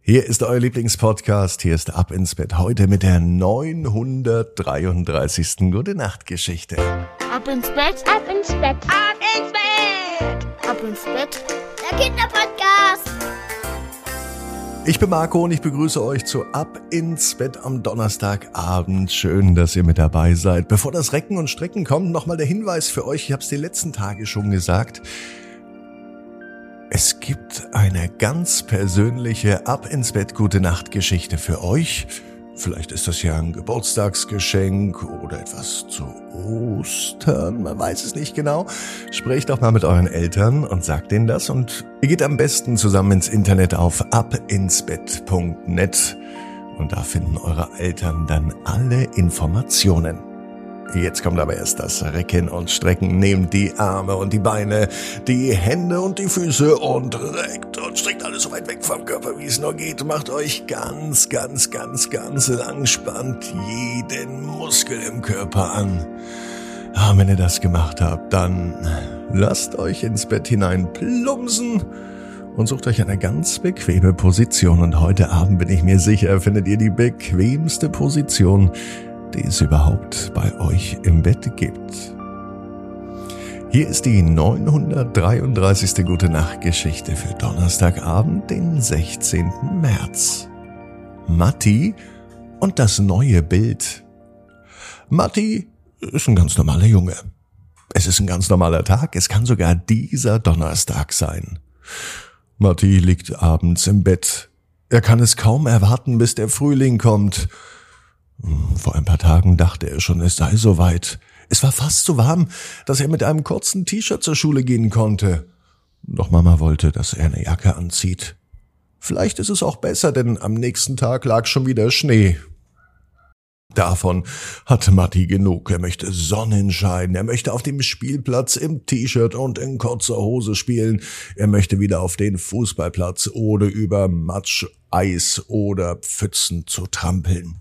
Hier ist euer Lieblingspodcast, hier ist Ab ins Bett, heute mit der 933. Gute-Nacht-Geschichte. Ab ins Bett, ab ins Bett, ab ins Bett, ab ins Bett, der Kinderpodcast. Ich bin Marco und ich begrüße euch zu Ab ins Bett am Donnerstagabend. Schön, dass ihr mit dabei seid. Bevor das Recken und Strecken kommt, nochmal der Hinweis für euch, ich habe es die letzten Tage schon gesagt. Es gibt eine ganz persönliche Ab-ins-Bett-Gute-Nacht-Geschichte für euch. Vielleicht ist das ja ein Geburtstagsgeschenk oder etwas zu Ostern, man weiß es nicht genau. Sprecht doch mal mit euren Eltern und sagt denen das. Und ihr geht am besten zusammen ins Internet auf abinsbett.net und da finden eure Eltern dann alle Informationen. Jetzt kommt aber erst das Recken und Strecken. Nehmt die Arme und die Beine, die Hände und die Füße und reckt und streckt alles so weit weg vom Körper, wie es nur geht. Macht euch ganz lang, spannt jeden Muskel im Körper an. Wenn ihr das gemacht habt, dann lasst euch ins Bett hinein plumpsen und sucht euch eine ganz bequeme Position. Und heute Abend, bin ich mir sicher, findet ihr die bequemste Position, die es überhaupt bei euch im Bett gibt. Hier ist die 933. Gute-Nacht-Geschichte für Donnerstagabend, den 16. März. Matti und das neue Bild. Matti ist ein ganz normaler Junge. Es ist ein ganz normaler Tag, es kann sogar dieser Donnerstag sein. Matti liegt abends im Bett. Er kann es kaum erwarten, bis der Frühling kommt. Vor ein paar Tagen dachte er schon, es sei soweit. Es war fast so warm, dass er mit einem kurzen T-Shirt zur Schule gehen konnte. Doch Mama wollte, dass er eine Jacke anzieht. Vielleicht ist es auch besser, denn am nächsten Tag lag schon wieder Schnee. Davon hatte Matti genug. Er möchte Sonnenschein, er möchte auf dem Spielplatz im T-Shirt und in kurzer Hose spielen. Er möchte wieder auf den Fußballplatz oder über Matsch, Eis oder Pfützen zu trampeln.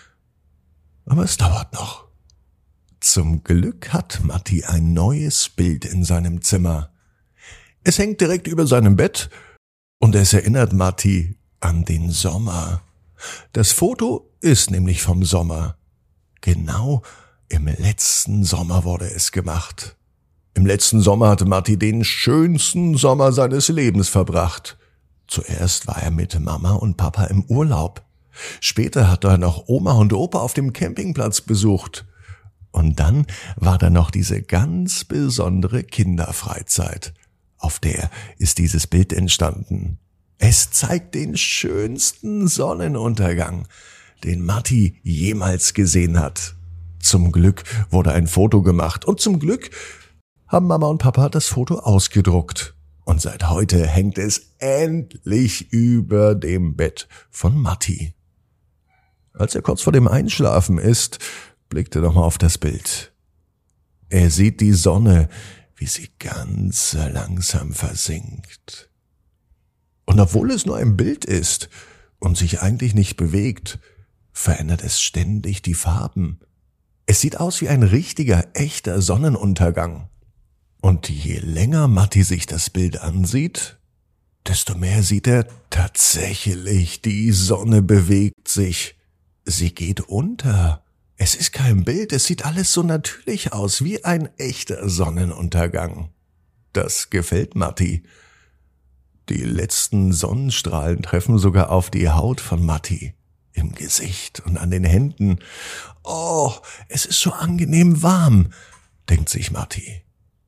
Aber es dauert noch. Zum Glück hat Matti ein neues Bild in seinem Zimmer. Es hängt direkt über seinem Bett und es erinnert Matti an den Sommer. Das Foto ist nämlich vom Sommer. Genau im letzten Sommer wurde es gemacht. Im letzten Sommer hatte Matti den schönsten Sommer seines Lebens verbracht. Zuerst war er mit Mama und Papa im Urlaub. Später hat er noch Oma und Opa auf dem Campingplatz besucht. Und dann war da noch diese ganz besondere Kinderfreizeit. Auf der ist dieses Bild entstanden. Es zeigt den schönsten Sonnenuntergang, den Matti jemals gesehen hat. Zum Glück wurde ein Foto gemacht und zum Glück haben Mama und Papa das Foto ausgedruckt. Und seit heute hängt es endlich über dem Bett von Matti. Als er kurz vor dem Einschlafen ist, blickt er nochmal auf das Bild. Er sieht die Sonne, wie sie ganz langsam versinkt. Und obwohl es nur ein Bild ist und sich eigentlich nicht bewegt, verändert es ständig die Farben. Es sieht aus wie ein richtiger, echter Sonnenuntergang. Und je länger Matti sich das Bild ansieht, desto mehr sieht er tatsächlich, die Sonne bewegt sich. Sie geht unter. Es ist kein Bild, es sieht alles so natürlich aus, wie ein echter Sonnenuntergang. Das gefällt Matti. Die letzten Sonnenstrahlen treffen sogar auf die Haut von Matti, im Gesicht und an den Händen. Oh, es ist so angenehm warm, denkt sich Matti.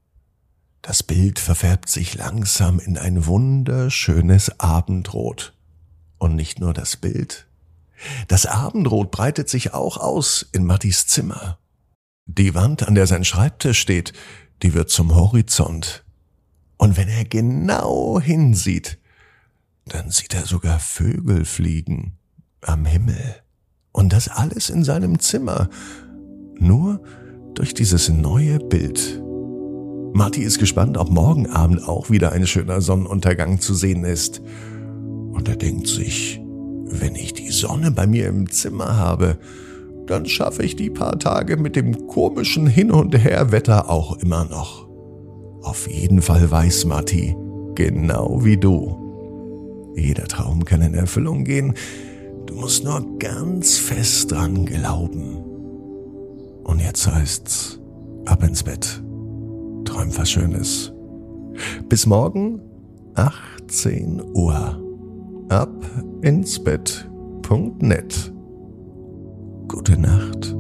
Das Bild verfärbt sich langsam in ein wunderschönes Abendrot. Und nicht nur das Bild. Das Abendrot breitet sich auch aus in Mattis Zimmer. Die Wand, an der sein Schreibtisch steht, die wird zum Horizont. Und wenn er genau hinsieht, dann sieht er sogar Vögel fliegen am Himmel. Und das alles in seinem Zimmer, nur durch dieses neue Bild. Matti ist gespannt, ob morgen Abend auch wieder ein schöner Sonnenuntergang zu sehen ist. Und er denkt sich, wenn ich die Sonne bei mir im Zimmer habe, dann schaffe ich die paar Tage mit dem komischen Hin- und Her-Wetter auch immer noch. Auf jeden Fall weiß Matti, genau wie du, Jeder Traum kann in Erfüllung gehen. Du musst nur ganz fest dran glauben. Und jetzt heißt's, ab ins Bett. Träum was Schönes. Bis morgen, 18 Uhr. Abinsbett.net. Gute Nacht.